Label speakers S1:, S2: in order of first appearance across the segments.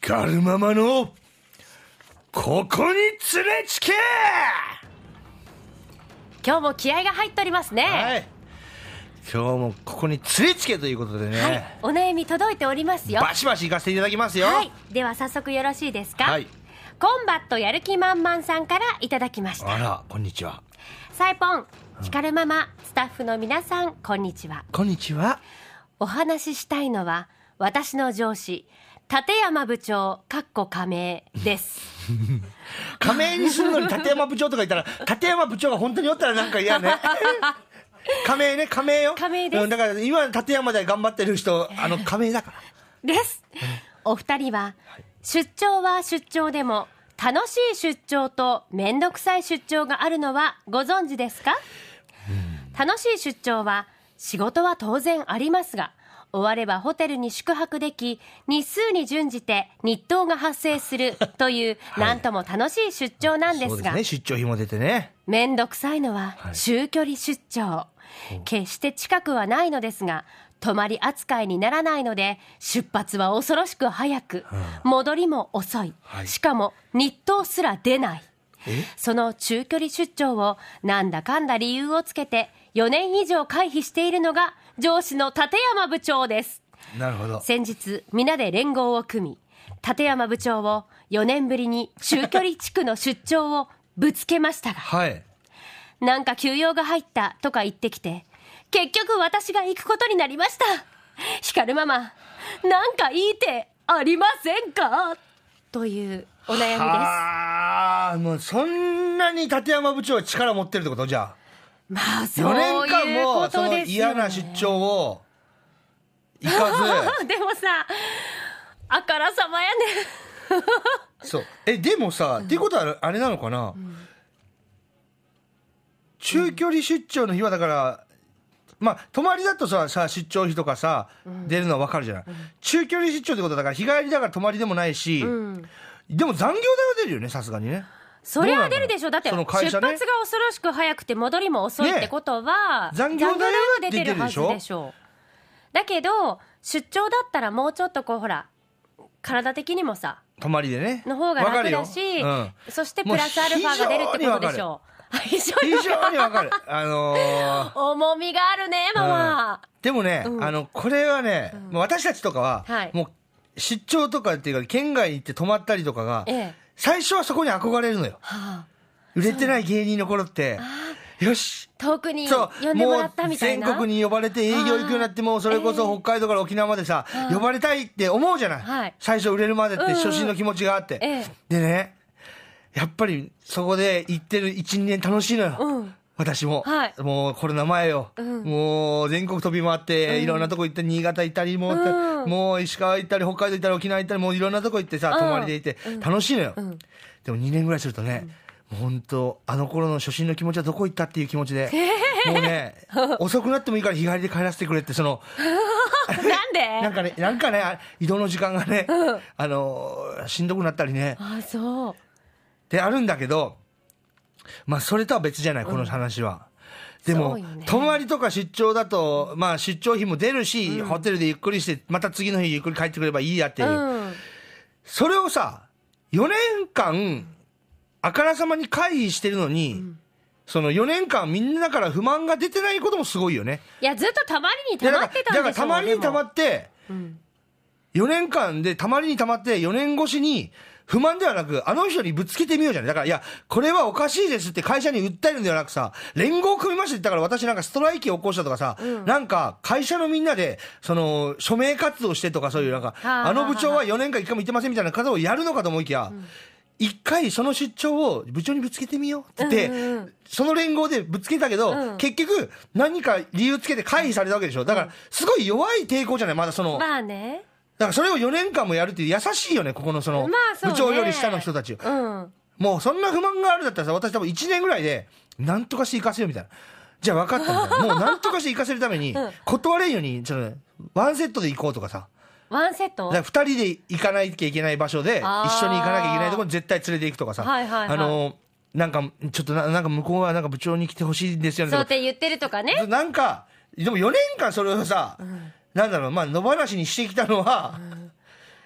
S1: ガルママのここに連れつけ。
S2: 今日も気合が入っておりますね。
S1: はい、今日もここに連れつけということでね、
S2: はい、お悩み届いておりますよ。
S1: バシバシ行かせていただきますよ。
S2: はい、では早速よろしいですか。
S1: はい、
S2: コンバットやる気満々さんからいただきました。
S1: あら、こんにちは。
S2: サイポン、ヒカルママ、スタッフの皆さん、こんにちは。
S1: こんにちは。
S2: お話ししたいのは私の上司立山部長仮名です
S1: 仮名にするのに立山部長とか言ったら立山部長が本当におったらなんか嫌ね仮名ね、仮名よ。
S2: 仮名です、
S1: だから今立山で頑張ってる人仮名だから
S2: です。お二人は出張は出張でも楽しい出張とめんどくさい出張があるのはご存知ですか。楽しい出張は仕事は当然ありますが、終わればホテルに宿泊でき、日数に準じて日当が発生するという、はい、なんとも楽しい出張なんですが、そうですね、
S1: 出張費も出てね。
S2: めんどくさいのは中距離出張、はい、決して近くはないのですが、泊まり扱いにならないので、出発は恐ろしく早く、戻りも遅い、はい、しかも日当すら出ない。その中距離出張をなんだかんだ理由をつけて4年以上回避しているのが上司の立山部長です。
S1: なるほど。
S2: 先日皆で連合を組み、立山部長を4年ぶりに中距離地区の出張をぶつけましたが、
S1: はい、
S2: なんか休養が入ったとか言ってきて、結局私が行くことになりました。ヒカルママ、なんかいい手ありませんかというお悩みです。
S1: もうそんなに立山部長は力持ってるってこと？じゃあ
S2: まあそういうことですよ。4年間も
S1: その嫌な出張を行かず
S2: でもさ、あからさまやね
S1: そうでもさ、っていうことはあれなのかな、中距離出張の日はだから、まあ泊まりだとさ出張費とかさ、出るのは分かるじゃない、中距離出張ってことだから日帰りだから泊まりでもないし、でも残業代は出るよね、さすがにね。
S2: それは出るでしょ。だって出発が恐ろしく早くて戻りも遅いってことは、
S1: 残業代は
S2: 出てるはずでしょう。だけど出張だったらもうちょっとこうほら体的にもさ、
S1: 泊まりでね
S2: の方が楽だし、そしてプラスアルファが出るってことでしょう。非
S1: 常にわかる
S2: 重みがあるね、ママ。
S1: でもね、これはね、私たちとかは、もう出張とかっていうか県外に行って泊まったりとかが、最初はそこに憧れるのよ。売れてない芸人の頃って、よし
S2: 遠くに呼んでもらったみたいな、
S1: 全国に呼ばれて営業行くようになって、もうそれこそ北海道から沖縄までさ、呼ばれたいって思うじゃない、最初売れるまでって初心の気持ちがあって、でね、やっぱりそこで行ってる 1,2 年楽しいのよ、私も、もうコロナ前よ、もう全国飛び回って、いろんなとこ行って、新潟行ったりもう石川行ったり北海道行ったり沖縄行ったり、もういろんなとこ行ってさ、泊まりでいて楽しいのよ、でも2年ぐらいするとね、もう本当あの頃の初心の気持ちはどこ行ったっていう気持ちで、もうね遅くなってもいいから日帰りで帰らせてくれって、その
S2: なんで
S1: なんかね移動の時間がね、しんどくなったりね、
S2: そう
S1: ってあるんだけど、まあそれとは別じゃない、この話は。でも、泊まりとか出張だと、まあ出張費も出るし、ホテルでゆっくりしてまた次の日ゆっくり帰ってくればいいやっていう、それをさ4年間あからさまに回避してるのに、その4年間みんなから不満が出てないこともすごいよね。
S2: いやずっとたまりにたまってたんでしょ。
S1: だからたまりにたまって、4年間でたまりにたまって4年越しに不満ではなく、あの人にぶつけてみようじゃない。だから、いや、これはおかしいですって会社に訴えるんではなくさ、連合を組みましたって言ったから私なんかストライキを起こしたとかさ、なんか会社のみんなで、署名活動してとかそういうなんか、あの部長は4年間1回も行ってませんみたいな活動をやるのかと思いきや、一回その出張を部長にぶつけてみようって言って、その連合でぶつけたけど、結局何か理由つけて回避されたわけでしょ。だから、すごい弱い抵抗じゃない、まだその。
S2: まあね。
S1: だからそれを4年間もやるっていう優しいよね、ここの部長より下の人たち。もうそんな不満があるだったらさ、私多分1年ぐらいで、なんとかして行かせよみたいな。じゃあ分かったみたいな。もうなんとかして行かせるために、断れんように、ワンセットで行こうとかさ。
S2: ワンセット
S1: 2人で行かなきゃいけない場所で、一緒に行かなきゃいけないところに絶対連れて行くとかさ。なんか、ちょっとなんか向こうはなんか部長に来てほしいんですよね。
S2: そうって言ってるとかね。
S1: なんか、でも4年間それをさ、なんだろう、まあ野放しにしてきたのは、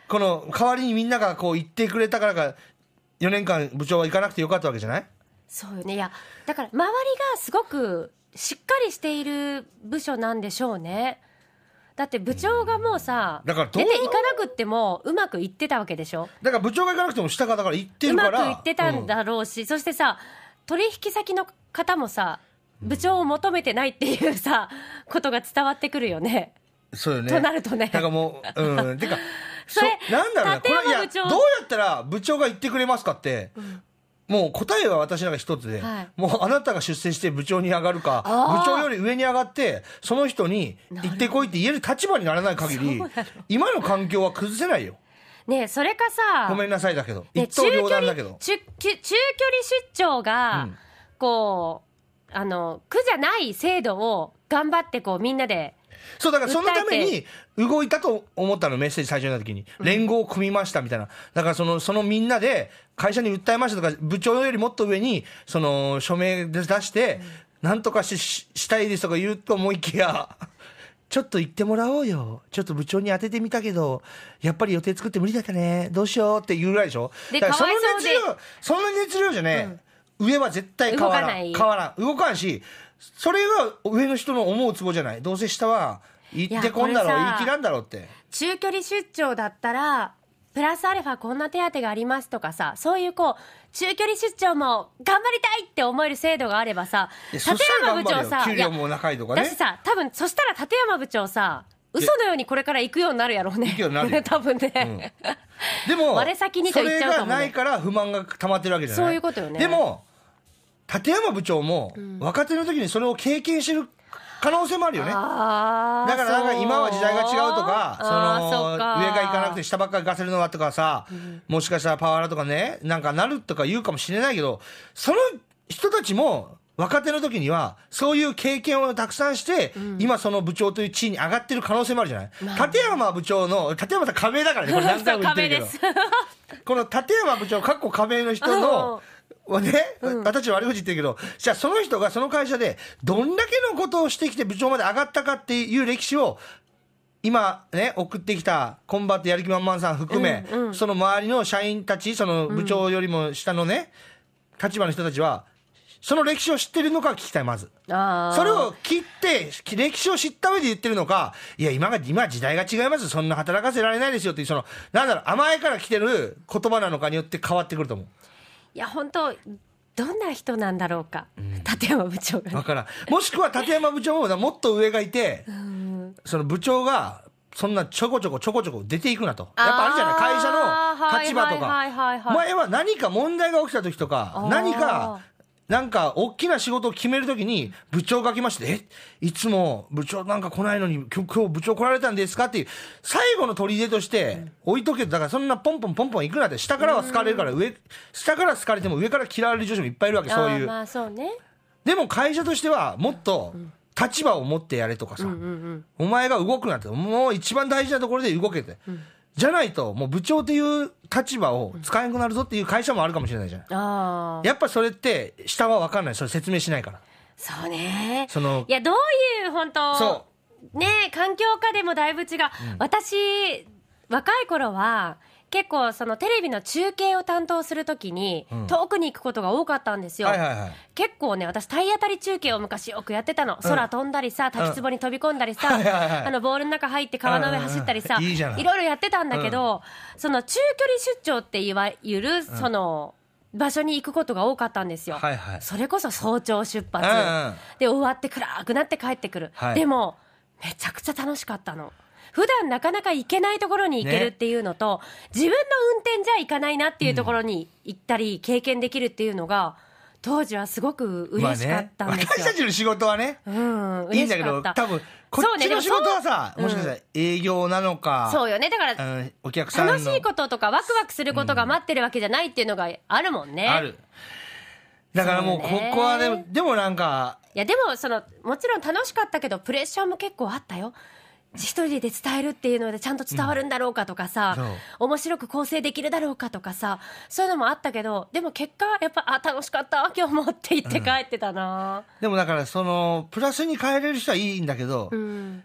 S1: この代わりにみんながこう言ってくれたからか4年間部長は行かなくてよかったわけじゃない？
S2: そうよね。いやだから周りがすごくしっかりしている部署なんでしょうね。だって部長がもうさ、
S1: だから
S2: 出ていかなくってもうまくいってたわけでしょ。
S1: だから部長が行かなくても下がだから行ってるから
S2: うまくいってたんだろうし、そしてさ取引先の方もさ部長を求めてないっていうさことが伝わってくるよね。
S1: そうよね。
S2: となるとね。
S1: だからもうてか
S2: それ
S1: なんだろうね、これいや
S2: 立山部長
S1: どうやったら部長が言ってくれますかって、もう答えは私なんか一つで、もうあなたが出世して部長に上がるか部長より上に上がってその人に行ってこいって言える立場にならない限り今の環境は崩せないよ。
S2: ねえそれかさ、
S1: ごめんなさいだけど、一刀両断だけど、
S2: 中距離出張が、こう苦じゃない制度を頑張ってこうみんなで、
S1: そうだからそのために動いたと思ったの、メッセージ最初の時に連合を組みましたみたいな。だからそのみんなで会社に訴えましたとか、部長よりもっと上にその署名で出して、なんとかしたいですとか言うと思いきやちょっと言ってもらおうよ、ちょっと部長に当ててみたけどやっぱり予定作って無理だったね、どうしようって言うぐらいでしょ。
S2: で
S1: だから
S2: かわいそうで
S1: そんな熱量じゃね、上は絶対変わらん動かんし、それが上の人の思うツボじゃない。どうせ下は行ってこんだろう、言い切らんだろうって。
S2: 中距離出張だったらプラスアルファこんな手当がありますとかさ、そういうこう中距離出張も頑張りたいって思える制度があればさ、立山部長さ、
S1: 給料も高いとかね。
S2: だしさ、多分そしたら立山部長さ、嘘のようにこれから行くようになるやろうね。
S1: 行くようになるよ
S2: 多分ね、
S1: でも
S2: 我先にと言っちゃうかもね。
S1: それがないから不満が溜まってるわけじゃない。
S2: そういうことよね。
S1: でも立山部長も若手の時にそれを経験してる可能性もあるよね。だからなんか今は時代が違うとか、上が行かなくて下ばっかり行かせるのはとかさ、もしかしたらパワハラとかね、なんかなるとか言うかもしれないけど、その人たちも若手の時にはそういう経験をたくさんして、今その部長という地位に上がってる可能性もあるじゃない。立山部長の、立山さん加盟だからね、これ何回も言ってるけどこの立山部長加盟の人のね、私たち悪口言ってるけど、じゃあその人がその会社でどんだけのことをしてきて部長まで上がったかっていう歴史を今ね送ってきたコンバットやる気満々さん含め、その周りの社員たち、その部長よりも下のね、立場の人たちはその歴史を知ってるのか聞きたい。まずそれを切って歴史を知った上で言ってるのか、いや今時代が違います、そんな働かせられないですよっていう、そのなんだろう、甘えから来てる言葉なのかによって変わってくると思う。
S2: いや本当どんな人なんだろうか、立山部長が、
S1: だからもしくは立山部長ももっと上がいて、その部長がそんなちょこちょこ出ていくなと。やっぱあるじゃない、会社の立場とか、前は何か問題が起きた時とか、何かなんか大きな仕事を決めるときに部長が来まして、いつも部長なんか来ないのに今日部長来られたんですかっていう最後の砦として置いとけと。だからそんなポンポン行くなって、下からは好かれるから、下から好かれても上から嫌われる女子もいっぱいいるわけ。そういう。
S2: まあそうね。
S1: でも会社としてはもっと立場を持ってやれとかさ、お前が動くなって、もう一番大事なところで動けて、じゃないともう部長という立場を使えなくなるぞっていう会社もあるかもしれないじゃん。やっぱそれって下は分かんない、それ説明しないから。
S2: そうね。
S1: い
S2: やどういう本当ね、環境下でもだいぶ違う。私若い頃は結構そのテレビの中継を担当するときに遠くに行くことが多かったんですよ。結構ね、私体当たり中継を昔よくやってたの。空飛んだりさ、滝壺に飛び込んだりさ、ボールの中入って川の上走ったりさ、いろいろやってたんだけど、その中距離出張っていわゆるその場所に行くことが多かったんですよ。それこそ早朝出発で終わって暗くなって帰ってくる。でもめちゃくちゃ楽しかったの。普段なかなか行けないところに行けるっていうのと、自分の運転じゃ行かないなっていうところに行ったり経験できるっていうのが当時はすごく嬉しかったんですよ。
S1: 私たちの仕事はね、いいんだけど、多分こっちの仕事はさ、もしかしたら営業なのか、
S2: そうよね。だから
S1: お客さんの
S2: 楽しいこととかワクワクすることが待ってるわけじゃないっていうのがあるもんね。
S1: ある。だからもうここはでもなんか、
S2: いやでももちろん楽しかったけどプレッシャーも結構あったよ。一人で伝えるっていうのでちゃんと伝わるんだろうかとかさ、面白く構成できるだろうかとかさ、そういうのもあったけど、でも結果やっぱ楽しかった今日もって言って帰ってたな。
S1: でもだからプラスに変えれる人はいいんだけど、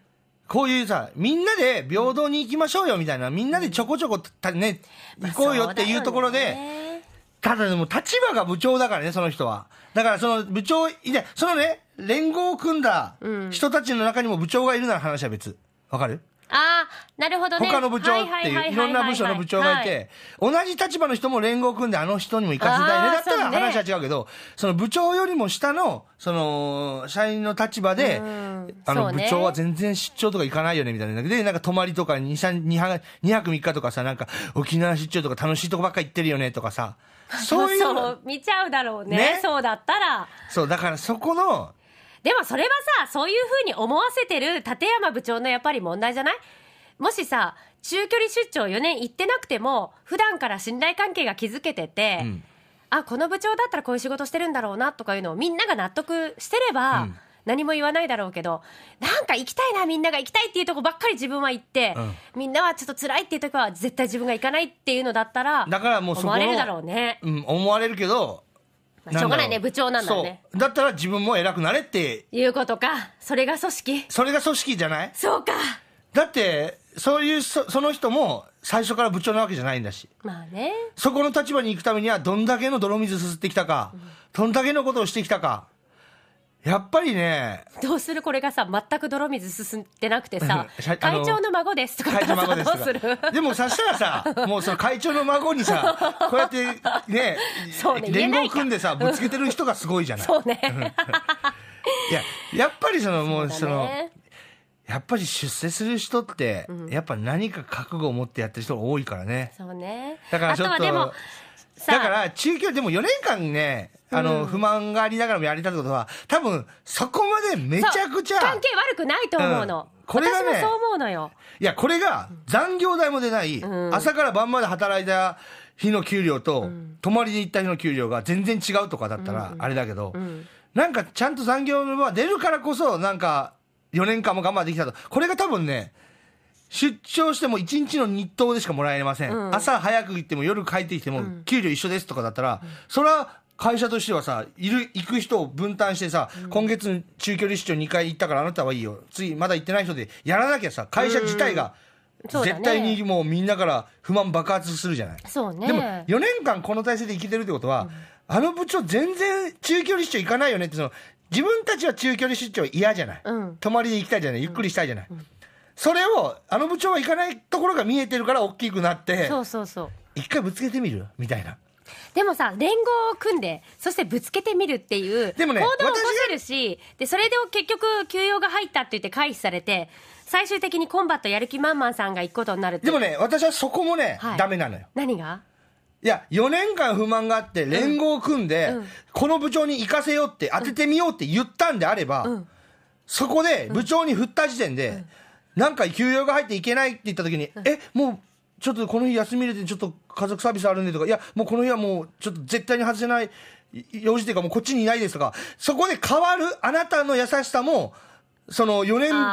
S1: こういうさ、みんなで平等に行きましょうよみたいな、みんなでちょこちょこね、行こうよっていうところで、ただでも立場が部長だからね、その人は。だからその部長、そのね、連合を組んだ人たちの中にも部長がいるなら話は別。わかる？
S2: ああ、なるほどね。
S1: 他の部長っていう、いろんな部署の部長がいて、同じ立場の人も連合を組んであの人にも行かせたいね。だったら話は違うけど、その部長よりも下の、その、社員の立場で、部長は全然出張とか行かないよね、みたいな。で、なんか泊まりとか2泊3日とかさ、なんか沖縄出張とか楽しいとこばっか行ってるよね、とかさ。
S2: そういうの。見ちゃうだろうね。そうだったら。
S1: そう、だからそこの、
S2: でもそれはさ、そういうふうに思わせてる立山部長のやっぱり問題じゃない？もしさ、中距離出張4年行ってなくても、普段から信頼関係が築けてて、あ、この部長だったらこういう仕事してるんだろうなとかいうのをみんなが納得してれば、何も言わないだろうけど、なんか行きたいな、みんなが行きたいっていうとこばっかり自分は行って、みんなはちょっと辛いっていう時は絶対自分が行かないっていうのだったら、
S1: だからもうそこ
S2: 思われるだろうね。
S1: 思われるけど、
S2: しょうがないね、部長なんだね。
S1: だったら自分も偉くなれって
S2: いうことか。それが組織。
S1: それが組織じゃない？
S2: そうか。
S1: だってそういうその人も最初から部長なわけじゃないんだし、
S2: まあね、
S1: そこの立場に行くためにはどんだけの泥水すすってきたか、どんだけのことをしてきたか。やっぱりね、
S2: どうする？これがさ、全く泥水進んでなくてさ会長の孫ですとか
S1: 会長の孫ですとか、どうする？でもさしたらさ、もうその会長の孫にさこうやってね連合組んでさぶつけてる人がすごいじゃない。
S2: そうね
S1: やっぱりそのもうそのやっぱり出世する人って、やっぱ何か覚悟を持ってやってる人が多いからね。
S2: そうね。
S1: だからちょっと、だから中距離でも4年間ね、不満がありながらもやれたってことは、多分そこまでめちゃくちゃ
S2: 関係悪くないと思うの。これがね、私もそう思うのよ。
S1: いや、これが残業代も出ない、朝から晩まで働いた日の給料と、泊まりで行った日の給料が全然違うとかだったらあれだけど、なんかちゃんと残業は出るからこそ、なんか4年間も我慢できたと。これが多分ね、出張しても1日の日当でしかもらえません。朝早く行っても夜帰ってきても給料一緒ですとかだったら、それは会社としてはさ、行く人を分担してさ、今月中距離出張2回行ったからあなたはいいよ。次まだ行ってない人でやらなきゃさ、会社自体が絶対にもうみんなから不満爆発するじゃない。
S2: そうね。
S1: でも4年間この体制で生きてるってことは、あの部長全然中距離出張行かないよねって、その自分たちは中距離出張嫌じゃない、泊まりで行きたいじゃない、ゆっくりしたいじゃない、それをあの部長は行かないところが見えてるから大きくなって、一回ぶつけてみるみたいな。
S2: でもさ、連合を組んでそしてぶつけてみるっていう行動を起こせるし、でそれで結局休養が入ったって言って回避されて、最終的にコンバットやる気満々さんが行くことになるって。
S1: でもね、私はそこもね、ダメなのよ。
S2: 何が？
S1: いや、4年間不満があって連合を組んで、この部長に行かせようって当ててみようって言ったんであれば、そこで部長に振った時点で、なんか休養が入っていけないって言った時に、もうちょっとこの日休み入れてちょっと家族サービスあるんでとか、いやもうこの日はもうちょっと絶対に外せない用事というかもうこっちにいないですとか、そこで変わるあなたの優しさも、その4年に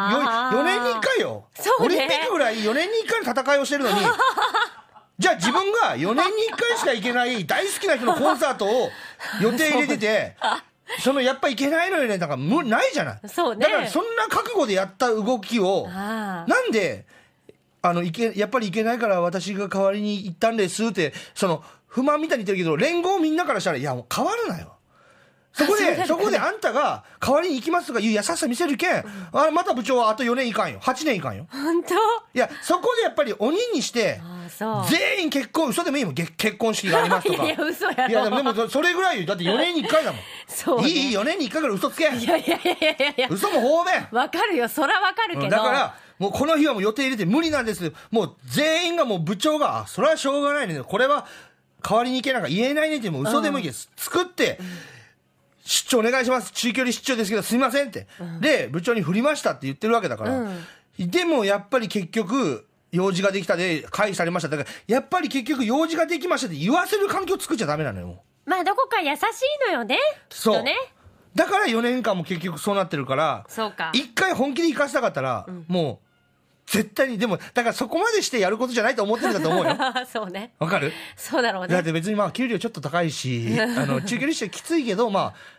S1: 1回よ、オリンピックぐらい4年に1回の戦いをしてるのにじゃあ自分が4年に1回しか行けない大好きな人のコンサートを予定入れててそのやっぱ行けないのよね、だからないじゃない。
S2: そうね。
S1: だからそんな覚悟でやった動きをなんでやっぱり行けないから私が代わりに行ったんですって、その不満みたいに言ってるけど、連合みんなからしたらいやもう変わるなよ、そこであんたが代わりに行きますとかいう優しさ見せるけん、また部長はあと4年いかんよ、8年いかんよ。
S2: 本当？
S1: いや、そこでやっぱり鬼にして全員結婚、嘘でもいいもん、結婚式がありますとか。
S2: いや嘘やろ。
S1: いやでもそれぐらいよ、だって4年に1回だもん。
S2: そうね、
S1: いい4年に1回ぐらい嘘つけ。い
S2: や
S1: 嘘も方便。
S2: わかるよ、そらわかるけど、
S1: だからもうこの日はもう予定入れて無理なんです。もう全員がもう部長がそれはしょうがないね、これは代わりに行けなんか言えないねって、もう嘘でもいいです、作って、出張お願いします、中距離出張ですけどすいませんって、で部長に振りましたって言ってるわけだから、でもやっぱり結局用事ができたで回避されました、だからやっぱり結局用事ができましたって言わせる環境を作っちゃダメなのよ。
S2: まあどこか優しいのよね。
S1: そうね。だから4年間も結局そうなってるから、
S2: そうか、
S1: 一回本気で行かせたかったら、もう絶対に、でもだからそこまでしてやることじゃないと思ってるんだと思うよ
S2: そうね、
S1: わかる？
S2: そうだろうね。
S1: だって別にまあ給料ちょっと高いし中距離してきついけど、まあ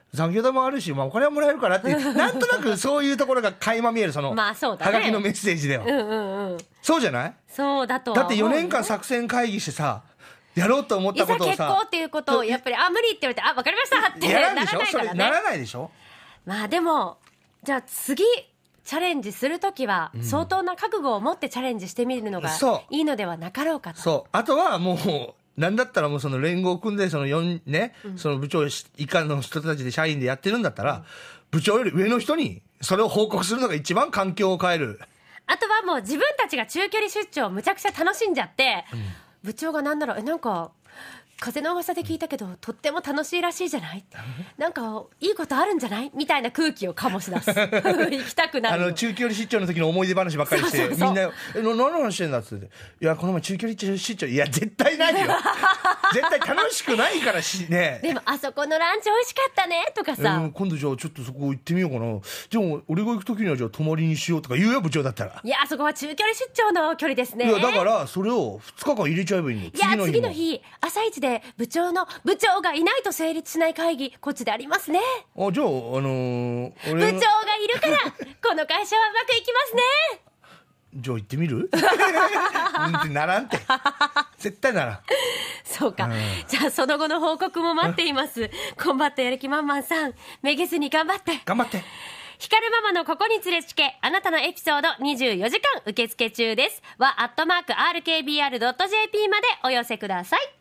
S1: 残業代もあるし、まあ、お金はもらえるからっていうなんとなくそういうところが垣間見える、その
S2: まあそうだね、
S1: はがきのメッセージでは、そうじゃない？
S2: そうだとは思う。
S1: だって4年間作戦会議してさ、やろうと思ったことをさ、
S2: いざ結構っていうことをやっぱり無理って言われて、分かりましたって
S1: やらんでしょ、
S2: ならないからね。
S1: それならないでしょ。
S2: まあでもじゃあ次チャレンジするときは相当な覚悟を持ってチャレンジしてみるのがいいのではなかろうかと。
S1: そう、あとはもうなんだったらもうその連合を組んでそのその部長以下の人たちで社員でやってるんだったら、部長より上の人にそれを報告するのが一番環境を変える。
S2: あとはもう自分たちが中距離出張をむちゃくちゃ楽しんじゃって、部長がなんだろう、なんか風の噂で聞いたけど、とっても楽しいらしいじゃない、なんかいいことあるんじゃないみたいな空気を醸し出す行きたくなる。
S1: 中距離出張の時の思い出話ばっかりして、みんな何の話してんだっつって、いやこの前中距離出張、いや絶対ないよ絶対楽しくないからね。
S2: でもあそこのランチ美味しかったねとかさ、
S1: 今度じゃあちょっとそこ行ってみようかな、じゃあ俺が行く時にはじゃあ泊まりにしようとか言うよ、部長だったら。
S2: いや、そこは中距離出張の距離ですね。
S1: いやだからそれを2日間入れちゃえばいいの。
S2: いや次の日朝一で部長がいないと成立しない会議、こっちでありますね。
S1: じゃあ部長がい
S2: るからこの会社はうまくいきますね。
S1: じゃあ行ってみるってならんって絶対ならん。
S2: そうか、じゃあその後の報告も待っています。コンバットやる気満々さん、めげずに頑張って光るママのここに連れつけ、あなたのエピソード24時間受付中です。は@rkbr.jp までお寄せください。